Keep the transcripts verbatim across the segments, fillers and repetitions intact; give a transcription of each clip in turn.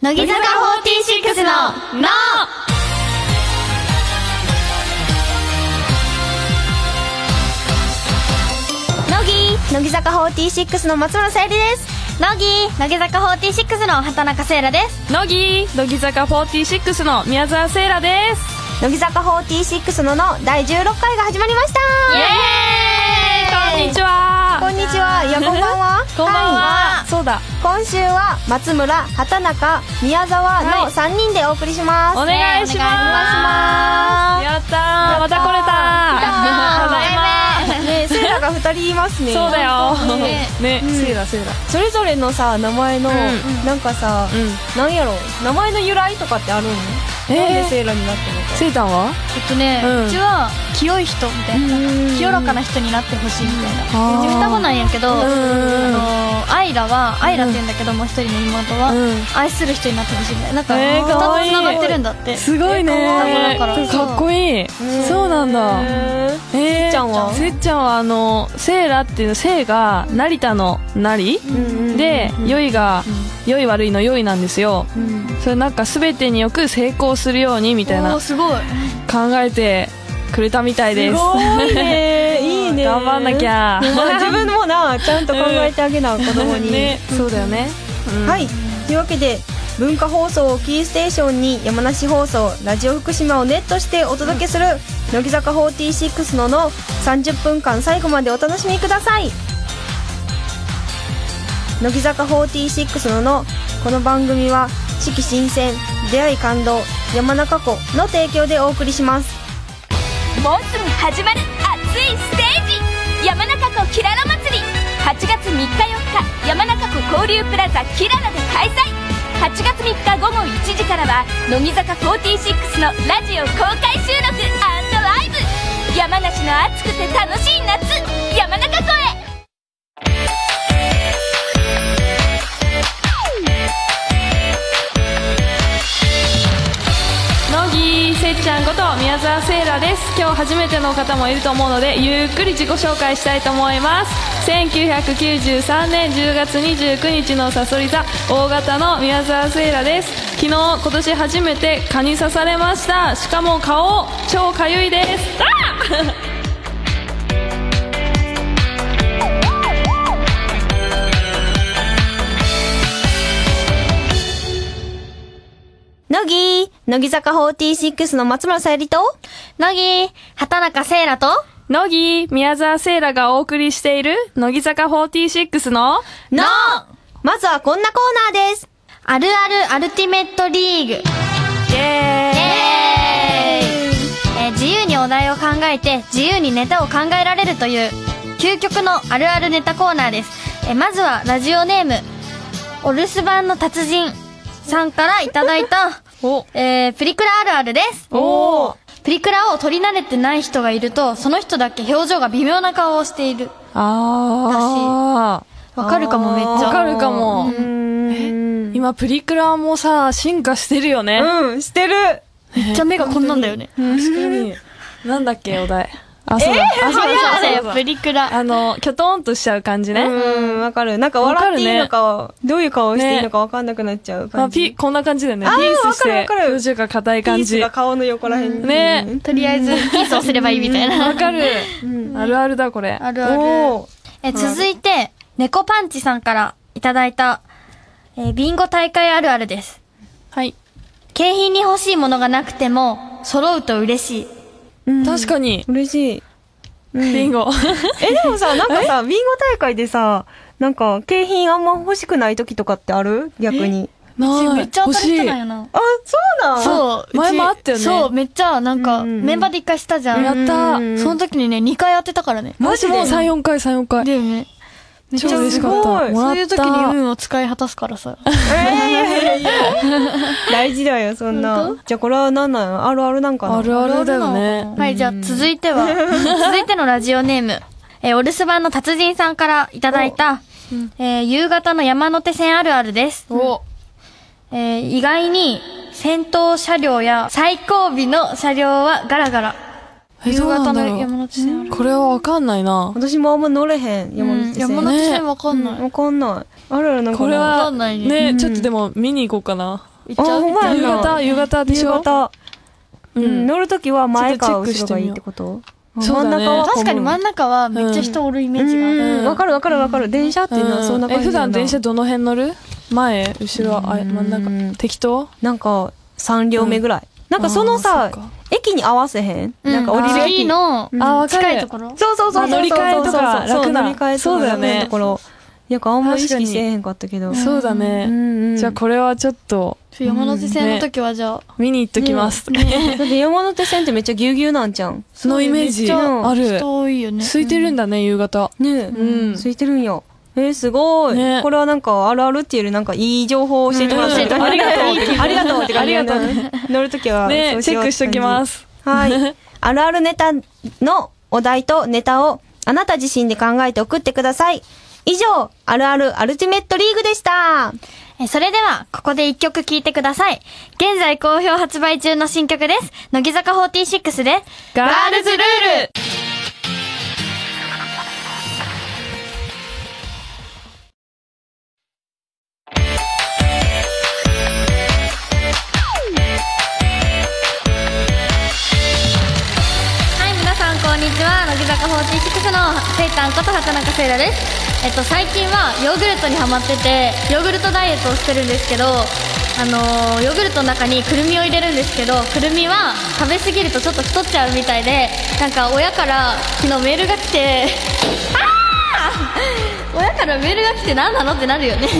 乃木坂フォーティーシックスのの乃木乃木坂フォーティーシックスの松村沙友理です。乃木乃木坂フォーティーシックスの畑中星来です。 乃木乃木坂フォーティーシックスの宮沢聖羅です。 乃木坂フォーティーシックスののだいじゅうろっかいが始まりました。 イエーイ、こんにちは。 こんにちは。いや、こんばんは。 こんばんは、はい、そうだ、 今週は松村、畑中、宮沢のさんにんでお送りします。 お願いします。やったー、また来れたー。ただいまね、セイラがふたりいますね。 そうだよね、セイラセイラそれぞれのさ、名前の、なんかさ、なんやろ、名前の由来とかってあるの？なんでセイラになったのか。 セイタンはえっとね、うちは清い人みたいな、清らかな人になってほしいみたいな。うち双子なんやけど、あのアイラはアイラって言うんだけど、もう一人の妹は愛する人になってほしいみたいな。なんかふたつつながってるんだって。 すごいね、かっこいい。そうなんだ。 せっちゃんはせっちゃんはあのセイラっていうセイが成田の成で、良いが良い悪いの良いなんですよ。それなんか全てによく成功するようにみたいなすごい考えてくれたみたいです。 すごいね、いいね。 頑張んなきゃ。 自分もな、ちゃんと考えてあげな、子供に。 ね、そうだよね。 はい、というわけで文化放送をキーステーションに山梨放送、ラジオ福島をネットしてお届けする乃木坂フォーティーシックスののさんじゅっぷんかん、最後までお楽しみください。乃木坂フォーティーシックスのの、この番組は四季新鮮、出会い感動、山中湖の提供でお送りします。 もうすぐ始まる熱いステージ、山中湖キララ祭り、はちがつみっかよっか山中湖交流プラザキララで開催。はちがつみっかごごいちじからは乃木坂フォーティーシックスのラジオ公開収録&ライブ。山梨の熱くて楽しい夏、山中湖へ。 乃木せっちゃんこと宮沢聖羅です。今日初めての方もいると思うのでゆっくり自己紹介したいと思います。せんきゅうひゃくきゅうじゅうさんねんじゅうがつにじゅうくにちのさそり座大型の宮沢聖羅です。昨日今年初めて蚊に刺されました。しかも顔超かゆいです。あ乃木乃木坂フォーティーシックスの松村沙友理と乃木畑中星来と乃木宮沢聖羅がお送りしている乃木坂フォーティーシックスのの、まずはこんなコーナーです。 あるあるアルティメットリーグ。イエーイ、えー、自由にお題を考えて自由にネタを考えられるという究極のあるあるネタコーナーです。えー、まずはラジオネームお留守番の達人さんからいただいたえー、プリクラあるあるです。 おー、 プリクラを撮り慣れてない人がいるとその人だけ表情が微妙な顔をしている。 あー、わかるかも。めっちゃわかるかも。今プリクラもさ進化してるよね。 うん、してる。 めっちゃ目がこんなんだよね。 確かに。なんだっけお題。あ、そうだ。 えー、 あ、そうだそうだ。プリクラ。 あの、キョトンとしちゃう感じね。 うん、わかる。なんか笑っていいのか、どういう顔していいのかわかんなくなっちゃう感じ。 あ、ピ、こんな感じだよね。ピーースして、 わかるわかる表情が硬い感じ。 ピースが顔の横らへんに。 ね。 とりあえず、ピースをすればいいみたいな。 わかる。あるあるだ、これ。 あるある。え、続いて、猫パンチさんからいただいた、えー、ビンゴ大会あるあるです。 はい。 景品に欲しいものがなくても、揃うと嬉しい。 うん、確かに。 嬉しい。 ビンゴ。 え、でもさ、なんかさ、ビンゴ大会でさ、なんか、景品あんま欲しくない時とかってある？逆に。 ない。 めっちゃ当たる人なんやな。 あ、そうなん？ そう。 前もあったよね。 そう、めっちゃ、なんか、メンバーで一回したじゃん。 やったー。 その時にね、二回当てたからね。 マジもうさん、よんかい、さん、よんかい。 だよね。 めっちゃ嬉しかった。もらった。 そういう時に運を使い果たすからさ。 えー、大事だよ、そんな。じゃあこれは何なの？あるあるなんかな？ あるあるだよね。 はい、じゃあ続いては、続いてのラジオネーム、えー、お留守番の達人さんからいただいた、えー、夕方の山手線あるあるです。 お、 えー、意外に先頭車両や最後尾の車両はガラガラ。夕方の山手線ある。 これはわかんないな。 私もあんま乗れへん、山手線。 山手線わかんない。 わかんない。あるあるなんかな。 これは、ね、ちょっとでも見に行こうかな。 行っちゃう。 あほんまやな夕方夕方でしょ。 夕方。 ううんん、乗るときは前か後ろがいいってこと？真ん中は確かに真ん中はめっちゃ人おるイメージがある。 うん、わかるわかるわかる。電車っていうのはそんな感じだな。 え、普段電車どの辺乗る？前、後ろ、あ、真ん中。適当？ なんか、さん両目ぐらい。なんかそのさ、駅に合わせへん？なんか降りる駅の近いところ。 そうそうそう。 乗り換えとか楽な。 乗り換えとか楽なところ。なんかあんまり意識せえへんかったけど。 そうだね。じゃあこれはちょっと。 山手線の時はじゃあ。 見に行っときます。 だって山手線ってめっちゃぎゅうぎゅうなんじゃん。 そのイメージある。 人多いよね。 空いてるんだね、夕方。 ねえ。うん。空いてるんよ。えー、すごい。これはなんかあるあるっていうよりなんかいい情報を教えてもらって。 ありがとう。 ありがとうって感じ。ありがとう。乗るときは。 ねチェックしときます。 はい。あるあるネタのお題とネタをあなた自身で考えて送ってください。以上、あるあるアルティメットリーグでした。 え、それでは、ここで一曲聴いてください。現在好評発売中の新曲です。乃木坂フォーティーシックスで、 ガールズルール。 こんにちは、乃木坂フォーティーシックスのセイタンこと畑中セイラです。えっと最近はヨーグルトにハマってて、ヨーグルトダイエットをしてるんですけど、あのー、ヨーグルトの中にくるみを入れるんですけど、くるみは食べ過ぎるとちょっと太っちゃうみたいで、なんか親から昨日メールが来てあー親からメールが来て何なのってなるよね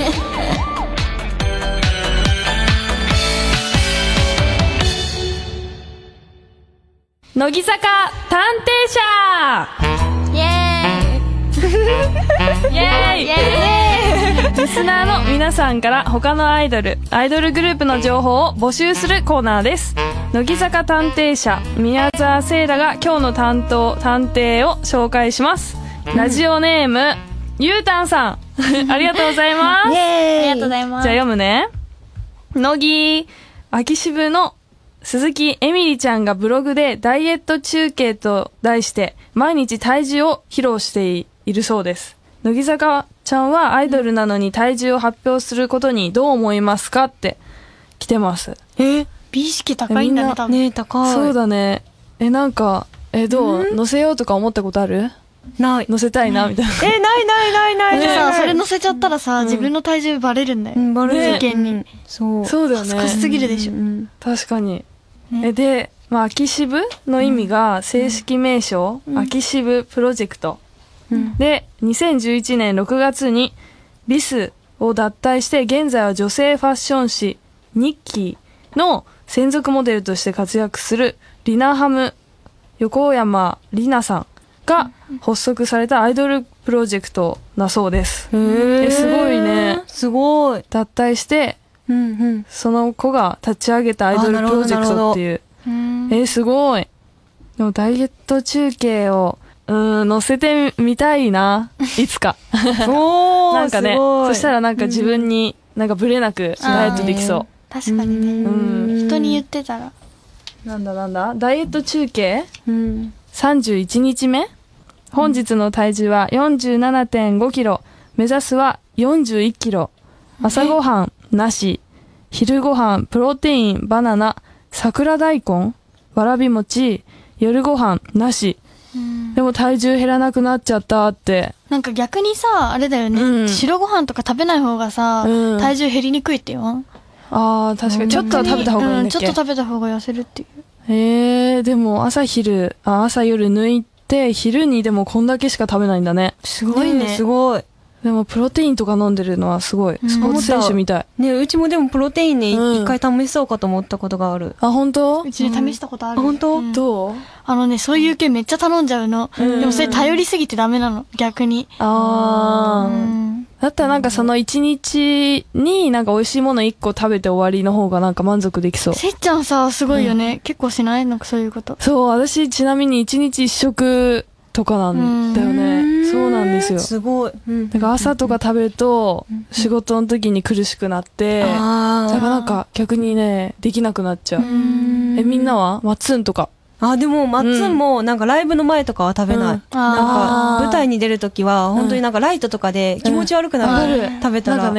乃木坂探偵者イエーイイエーイイエーイリスナーの皆さんから他のアイドル、アイドルグループの情報を募集するコーナーです。乃木坂探偵者、宮沢聖羅が今日の担当、探偵を紹介します。ラジオネーム、ゆうたんさん。ありがとうございます。 イエーイありがとうございます。 じゃあ読むね。乃木、秋渋の鈴木エミリちゃんがブログでダイエット中継と題して毎日体重を披露しているそうです。乃木坂ちゃんはアイドルなのに体重を発表することにどう思いますかって来てます。 え美意識高いんだね、多分。 ね高い。 そうだね。え、なんか、え、どう載せようとか思ったことある？ ない。 載せたいな、みたいな。 え、ないないないないない。 でさ、それ載せちゃったらさ、自分の体重バレるんだよ。 バレる。 世間に。 そう。 そうだよね。 少しすぎるでしょ。 確かに。えで、まあ、秋渋の意味が正式名称、うん、秋渋プロジェクト、うん、でにせんじゅういちねんろくがつにビスを脱退して現在は女性ファッション誌ニッキーの専属モデルとして活躍するリナハム横山里奈さんが発足されたアイドルプロジェクトだそうです。 へー、 すごいね。 すごい。 脱退してうんうん、その子が立ち上げたアイドルプロジェクトっていう。えー、すごい。でもダイエット中継を、うーん、載せてみたいな。いつか。 おー、 なんかね、そしたらなんか自分になんかブレなくダイエットできそう。 確かにね。うん。人に言ってたら。 なんだなんだダイエット中継、うん、さんじゅういちにちめ本日の体重は よんじゅうななてんごキロ。目指すはよんじゅういちキロ。朝ごはんなし。昼ごはんプロテインバナナ桜大根わらび餅夜ごはんなし、うん、でも体重減らなくなっちゃったって。 なんか逆にさあれだよね、うん、白ご飯とか食べない方がさ、うん、体重減りにくいってよ。 あー確かにちょっとは食べた方がいいんだっけ、うん、 ちょっと食べた方が痩せるっていう。 へえー、でも朝昼あ朝夜抜いて昼にでもこんだけしか食べないんだね。 すごいね、すごい。 でもプロテインとか飲んでるのはすごい、うん、スポーツ選手みたい。 ね、うちもでもプロテインね、一、うん、回試そうかと思ったことがある。 あ、本当？ うちで試したことある。 うん、本当、 うん、 どう？ あのね、そういう系めっちゃ頼んじゃうの。うん、でもそれ頼りすぎてダメなの、逆に。 あー。うん、だったらなんかその一日になんか美味しいもの一個食べて終わりの方がなんか満足できそう。 せっちゃんさ、すごいよね。うん、結構しないなんかそういうこと。 そう、私ちなみに一日一食とかなんだよね。そうなんですよ。 すごい。 だから朝とか食べると仕事の時に苦しくなって、だからなんか逆にねできなくなっちゃう。え、みんなはマッツンとか？ あ、でもマッツンもなんかライブの前とかは食べない。うん、なんか舞台に出る時は本当になんかライトとかで気持ち悪くなる。食べたら。 なんかね。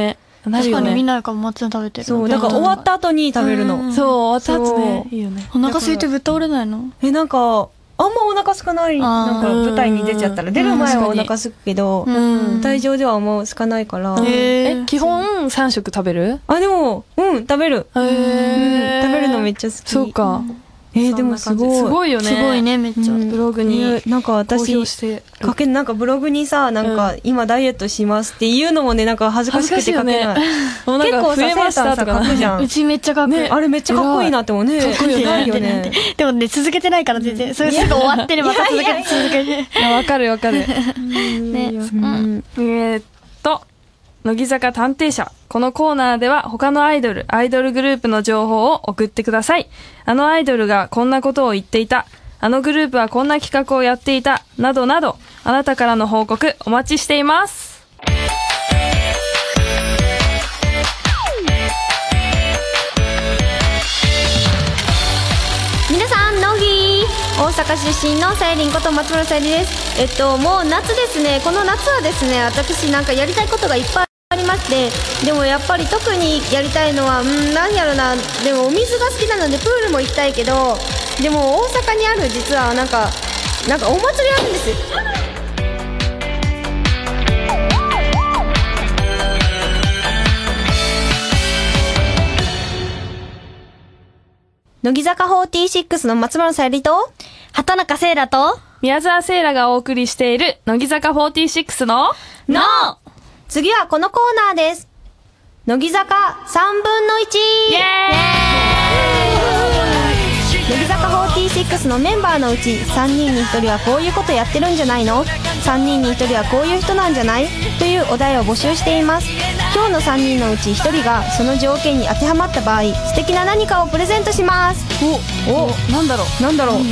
なるよ確かにみんね。 なが松菜食べてる。 そう、だから終わった後に食べるの。 そう、終わった後ねそ。 いいよね。 お腹空いてぶっ倒れないの？ え、なんか、あんまお腹空かない。なんか舞台に出ちゃったら。出る前はお腹空くけど、舞台上ではあんま空かないから。 え、基本さん食食べる？ あ、でも、うん、食べる。 へー。 食べるのめっちゃ好き。 そうか。 えー、でもすごい。 すごいよね。 すごいね、めっちゃ。 ブログになんか公私、 表してかけ、なんかブログにさ、なんか今ダイエットしますっていうのもね、なんか恥ずかしくて書けない。 もうなんか結構さ、 増えましたとか書くじゃん。 うちめっちゃかっこいい。 あれめっちゃかっこいいなって思うね。かっこいいなんよねでなんで。でもね、続けてないから全然。それすぐ終わってればまた続けて続けて。 いやわかるわかる。 ね。 うんえーっと、乃木坂探偵社。このコーナーでは他のアイドル、アイドルグループの情報を送ってください。あのアイドルがこんなことを言っていた。あのグループはこんな企画をやっていた。などなど、あなたからの報告お待ちしています。 皆さん、乃木大阪出身のさゆりんこと松村さゆりです。えっと、もう夏ですね。この夏はですね、私なんかやりたいことがいっぱいありまして、でもやっぱり特にやりたいのは、うん、なんやろな、でもお水が好きなのでプールも行きたいけど、でも大阪にある実はなんか、なんかお祭りあるんですよ。乃木坂フォーティーシックスの松村さゆりと、 畑中聖羅と、 宮沢聖羅がお送りしている乃木坂フォーティーシックスのの次はこのコーナーです。乃木坂さんぶんのいち。イエーイ。乃木坂フォーティーシックスのメンバーのうちさんにんにひとりはこういうことやってるんじゃないの？ さん 人にひとりはこういう人なんじゃない？というお題を募集しています。今日のさんにんのうちひとりがその条件に当てはまった場合、素敵な何かをプレゼントします。 お、お、なんだろう。 なんだろう、うん、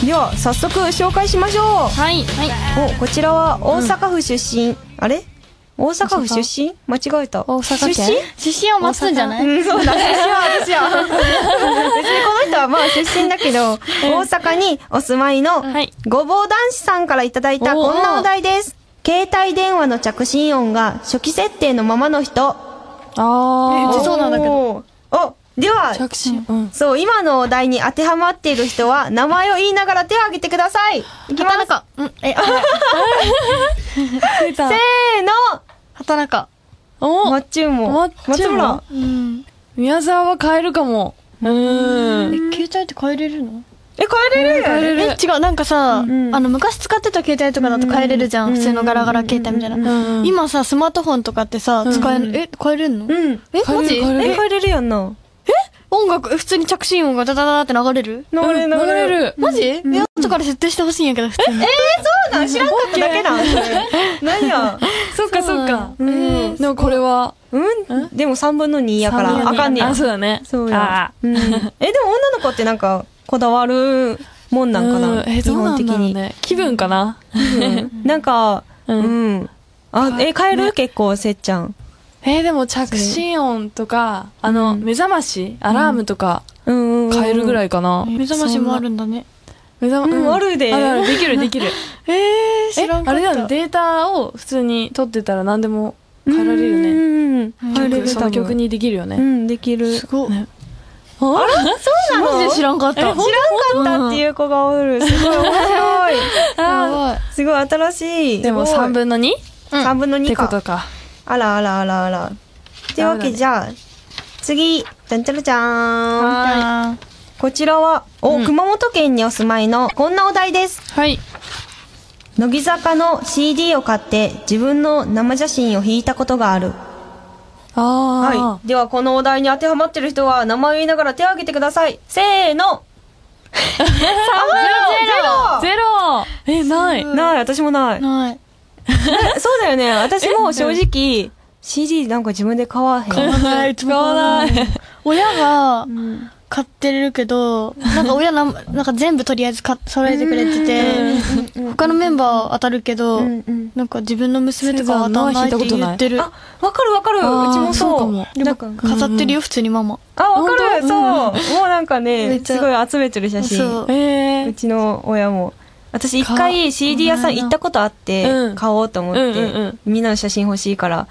では早速紹介しましょう。 はい。はい。 お、こちらは大阪府出身、うん、あれ大阪府出身？間違えた。 大阪県？ 出身？ 出身を待つんじゃない？ うん、そうだ。出身は私は。別にこの人はまあ出身だけど、大阪にお住まいのごぼう男子さんからいただいたこんなお題です。携帯電話の着信音が初期設定のままの人。 あー。 うちそうなんだけど。 お、では、 着信音。 そう、今のお題に当てはまっている人は、名前を言いながら手を挙げてください。いきます。 畑中。うん、え、あ、 せーの。 畑中。 お、 マッチューも。 マッチューも松村。 うん。 宮沢は変えるかも。うーん。 え、携帯って変えれるの？ え、変えれる変えれる。 え、違う、なんかさ、 んあの、昔使ってた携帯とかだと変えれるじゃん。普通のガラガラ携帯みたいな。今さ、スマートフォンとかってさ、使える、え、変えれるの？ うん。 え、マジ？ 変えれるえ、変えれるやんな。 音楽、普通に着信音がダダダダって流れる？ 流れる流れる。 マジ？え、後から設定してほしいんやけど、普通に。 えー、そうなん知らんかっただけなん何や。 そっかそっか。 うん。 でもこれは、 うんでもさんぶんのにやから、あかんねや。 あ、そうだね。 そうや。うん。え、でも女の子ってなんか、こだわるもんなんかなえ、 基どうなん本的に。 だろうね。気分かな。 なんか、 ううんん。あ、え、変える結構、せっちゃん。 えー、でも着信音とか、あの、目覚まし、アラームとか、 うんうん。 変えるぐらい。 いかな。 目覚ましもあるんだね。 目覚ま、 うんあるであるある、できるできる。 えー、知え、 らんかった。 あれだよね、データを普通に取ってたら何でも変えられるね。 うん。変えれ曲、 るその曲。にできるよね。 うん、できる。 すごい。 ねあらそうなのマジで知らんかった。 知らんかったっていう子がおる。すごい面白い。 やばい。 すごい新しい。 でもさんぶんのにさんぶんのにってこか。 とか。 あらあらあらあら。というわけじゃあ、次、じゃんちゃらじゃーん。 はこちらは、お、熊本県にお住まいのこんなお題です。 はい。 乃木坂の シーディー を買って自分の生写真を引いたことがある。 ああ。 はい。では、このお題に当てはまってる人は、名前を言いながら手を挙げてください。せーの。 ゼロゼロえ、ない。 ない、私もない。 ない。 そうだよね。私も正直、シーディー なんか自分で買わへん。 買わない。 使わない。 親が買ってるけど、なんか親な、なんか全部とりあえずか揃えてくれてて、他のメンバーは当たるけど、なんか自分の娘とかは当たんないって言ってる。 あ、わかるわかる。うちもそう。 そうかもなんか、 飾ってるよ、普通にママ。 あ、わかる。そう。もうなんかね、 めっちゃすごい集めてる写真。 そう。 えー。 うちの親も。私一回 シーディー 屋さん行ったことあってうん、 買おうと思っうんうんうてん、 みんなの写真欲しいから。 うん。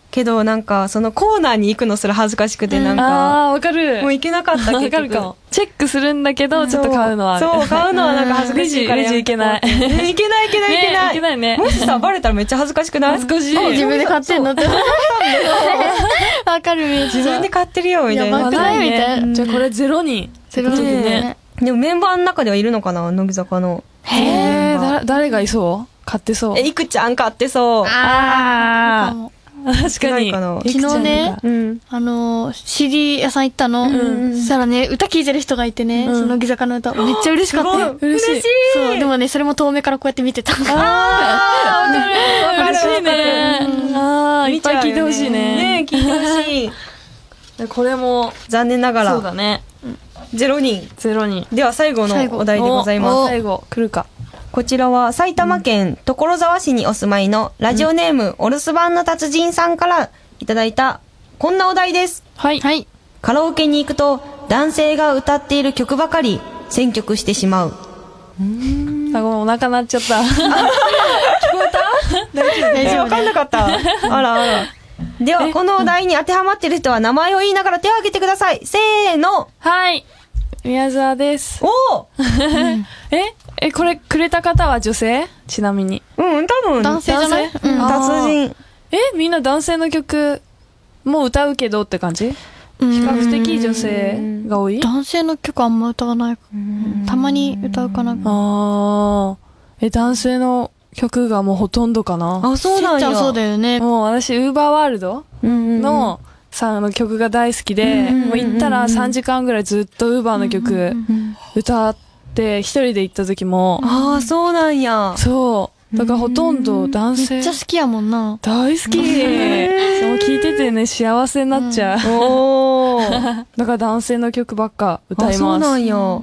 けどなんかそのコーナーに行くのすら恥ずかしくて、なんかああ、わかる。 もう行けなかった。 わかるかも。チェックするんだけど、ちょっと買うのはある。 そう、買うのはなんか恥ずかしいからやめとこうって。 レジレジ行けないねいけないいけないいけない。 ねいけないねもしさ、バレたらめっちゃ恥ずかしくない？ 恥ずかしい。 自分で買ってんのって。わかるめっちゃ。 自分で買ってるよ、みたいな。 やばくないみたいな。 じゃあこれゼロ人。 ゼロ人でね。 でもメンバーの中ではいるのかな、乃木坂の。 へえ、だ、誰がいそう？買ってそう。 え、いくちゃん買ってそう。 ああ。確かに。 昨日ね、 うん、 あの、シーディー 屋さん行ったの。うん、そしたらね、歌聴いてる人がいてね、うん、その乃木坂の歌、めっちゃ嬉しかったよ。 嬉しい。 そう、でもね、それも遠目からこうやって見てた。 ああ、嬉しいね。ああ、いっぱい聞いてほしいね。 ね、聞いてほしい。 これも、 残念ながら。 そうだね。 ゼロ人。 ゼロ人。 では最後のお題でございます。 最後、来るか。 こちらは埼玉県所沢市にお住まいのラジオネーム、お留守番の達人さんからいただいたこんなお題です。 はい。はい。 カラオケに行くと男性が歌っている曲ばかり選曲してしまう。 うーん。あ、ごめん、お腹鳴っちゃった。聞こえた？ 大丈夫？大丈夫？わかんなかった。あらあら。では、このお題に当てはまってる人は名前を言いながら手を挙げてください。せーの。 はい。宮沢です。 おーええ、これくれた方は女性？ちなみに。 うん、多分。 男性じゃない？うん。達人。 え、みんな男性の曲も歌うけどって感じ？比較的女性が多い？ 男性の曲あんま歌わない。たまに歌うかな。 ああ。え、男性の曲がもうほとんどかな。 あ、そうなんや。 そうだよね。 もう私、ウーバーワールドのさんの曲が大好きで、もう行ったらさんじかんぐらいずっとウーバーの曲歌って、で一人で行った時も、 ああ、そうなんや。 そう。だからほとんど男性。 めっちゃ好きやもんな。 大好き。そう聞いててね、幸せになっちゃう。 おー。 だから男性の曲ばっか歌います。 そうなんや。 うん。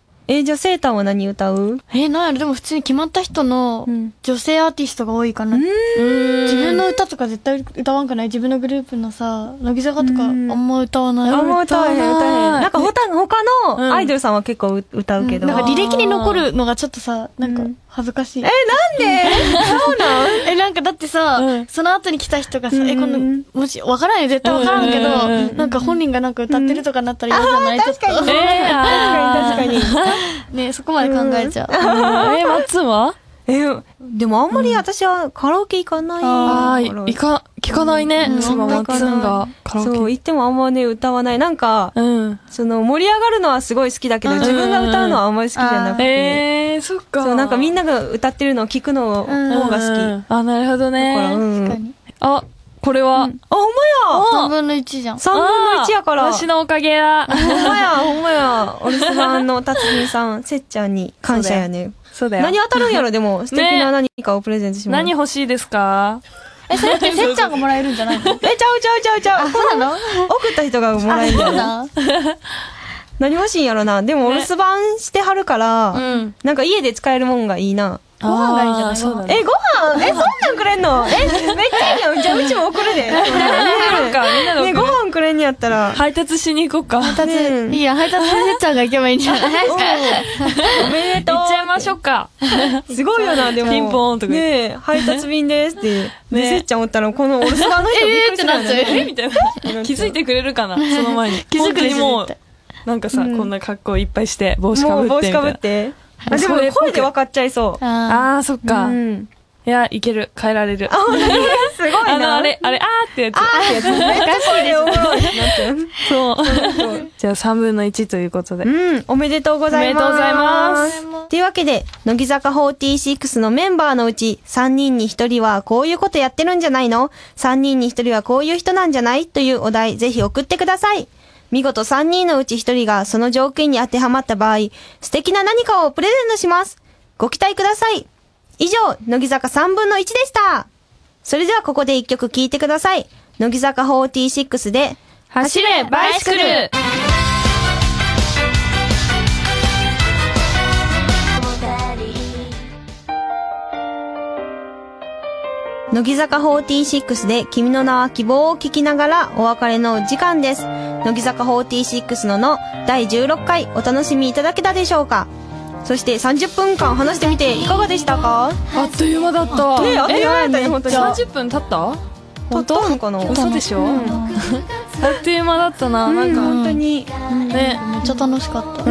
え、じゃあセーターは何歌う？ え、なんやろ、でも普通に決まった人の女性アーティストが多いかな。自分の歌とか絶対歌わんくない？自分のグループのさ、乃木坂とかあんま歌わない。 あんま歌わへん、歌わへん。なんか他のアイドルさんは結構歌うけど。 なんか履歴に残るのがちょっとさ、なんか恥ずかしい。 え、なんで？そうなん？ え、なんかだってさ、その後に来た人がさ、え、この、もし、わからんよ、絶対わからんけど、なんか本人がなんか歌ってるとかなったら嫌じゃない？ 確かに。確かに、確かに。 ね、そこまで考えちゃう。 え、マッツンは？ え、でもあんまり私はカラオケ行かない。 ああ、行か、聞かないね。そう、マッツンがカラオケ。 そう、行ってもあんまね、歌わない。なんか、その、盛り上がるのはすごい好きだけど、自分が歌うのはあんまり好きじゃなくて。 えー、そっか。 そう、なんかみんなが歌ってるのを聞くの方が好き。 あ、なるほどね。 確かに。 あ、これは。あ、 ほんまや！ さんぶんのいちじゃん。 さんぶんのいちやから。 私のおかげや。 ほんまや、ほんまや。お留守番の達人さん、せっちゃんに感謝やね。 そうだよ。 何当たるんやろ、でも。素敵な何かをプレゼントします。 何欲しいですか？ え、それってせっちゃんがもらえるんじゃないの？ え、ちゃうちゃうちゃうちゃう。 そうなの？ 送った人がもらえるんだよ。何欲しいんやろな。でもお留守番してはるから、なんか家で使えるもんがいいな。 ご飯がいいんじゃない？そうだね。 え、ご飯？え、そんなんくれんの？え、めっちゃいいやん。じゃあうちも送るで。 なんかみんなで送る。 ね、ご飯くれんにやったら。 配達しに行こうか。 配達、いいや、配達せっちゃんが行けばいいんじゃない？ おめでとう。 行っちゃいましょうか。 すごいよな、でも。 ピンポーンとか。 ねえ、配達便ですって。で、せっちゃんおったら、このお留守番の人びっくりするよね。 えみたいな。気づいてくれるかな、その前に。 気づくでもう、なんかさ、こんな格好いっぱいして、帽子かぶって。 帽子かぶって。あ、でも声で分かっちゃいそう。 ああ、そっか。いや、いける。変えられる。 あ、ほんとにすごいな。 あの、あれ、あれ、あーってやつ。 あーってやつね。確かにおもろい。 そう。じゃあさんぶんのいちということで。 うん、おめでとうございます。 おめでとうございます。 というわけで、乃木坂フォーティーシックスのメンバーのうちさんにんにひとりはこういうことやってるんじゃないの？ さん 人にひとりはこういう人なんじゃない？というお題、ぜひ送ってください。見事さんにんのうちひとりがその条件に当てはまった場合、素敵な何かをプレゼントします。ご期待ください。以上、乃木坂さんぶんのいちでした。それではここで一曲聴いてください。乃木坂フォーティーシックスで、 走れバイシクル。 乃木坂フォーティーシックスで君の名は希望を聞きながらお別れの時間です。乃木坂フォーティーシックスののだいじゅうろっかいお楽しみいただけたでしょうか。そしてさんじゅっぷんかん話してみていかがでしたか？ あっという間だった。 ね、あっという間だったね、本当に。 さんじゅっぷん経った？ 撮ったのかな。 嘘でしょ、うん、あっという間だったな、 うん、 なんか本当に、 ね、 めっちゃ楽しかった、 うん、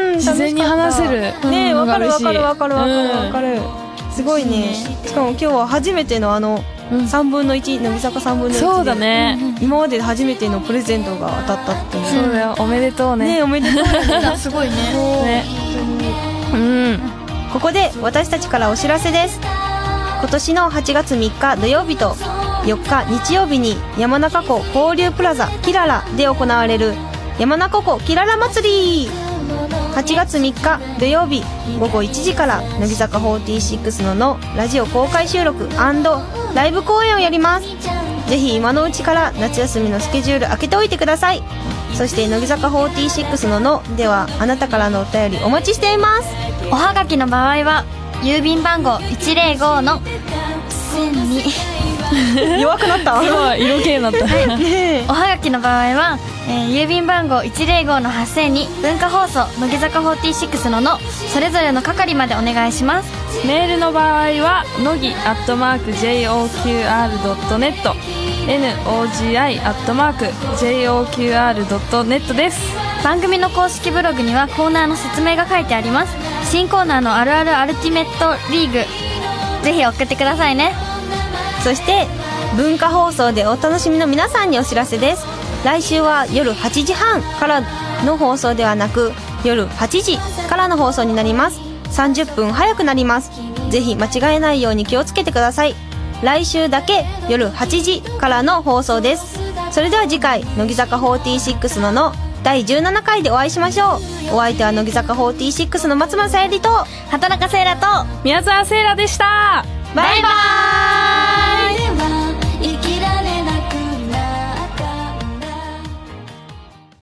自然に話せるね。わかるわかるわかるわかるわかる、すごいね。しかも今日は初めてのあのさんぶんのいち、乃木坂さんぶんのいちで、 そうだね、 今までで初めてのプレゼントが当たったっていう。 そうだよ、おめでとうね。 ね、おめでとうね。 すごいね。 ね、 うん。 ここで私たちからお知らせです。今年のはちがつみっか土曜日とよっか日曜日に山中湖交流プラザキララで行われる山中湖キララ祭り。はちがつみっか土曜日ごごいちじから乃木坂フォーティーシックスののラジオ公開収録&ライブ公演をやります。ぜひ今のうちから夏休みのスケジュール開けておいてください。そして乃木坂フォーティーシックスののではあなたからのお便りお待ちしています。 おはがきの場合は郵便番号 いちぜろご のせんに弱くなった今色気になった、 ね、 おはがきの場合は、えー、郵便番号 いちぜろご のはっせんに文化放送乃木坂フォーティーシックスののそれぞれの係までお願いします。 メールの場合はのぎアットマーク ジェイオーキューアールドットネット ノギ アットマーク ジェイオーキューアールドットネット です。 番組の公式ブログにはコーナーの説明が書いてあります。新コーナーのあるあるアルティメットリーグぜひ送ってくださいね。 そして文化放送でお楽しみの皆さんにお知らせです。来週は夜はちじはんからの放送ではなく夜はちじからの放送になります。さんじゅっぷん早くなります。ぜひ間違えないように気をつけてください。来週だけ夜はちじからの放送です。それでは次回乃木坂フォーティーシックスののだいじゅうななかいでお会いしましょう。お相手は乃木坂フォーティーシックスの松村さゆりと畑中セイラと宮沢セイラでした。 バイバーイ。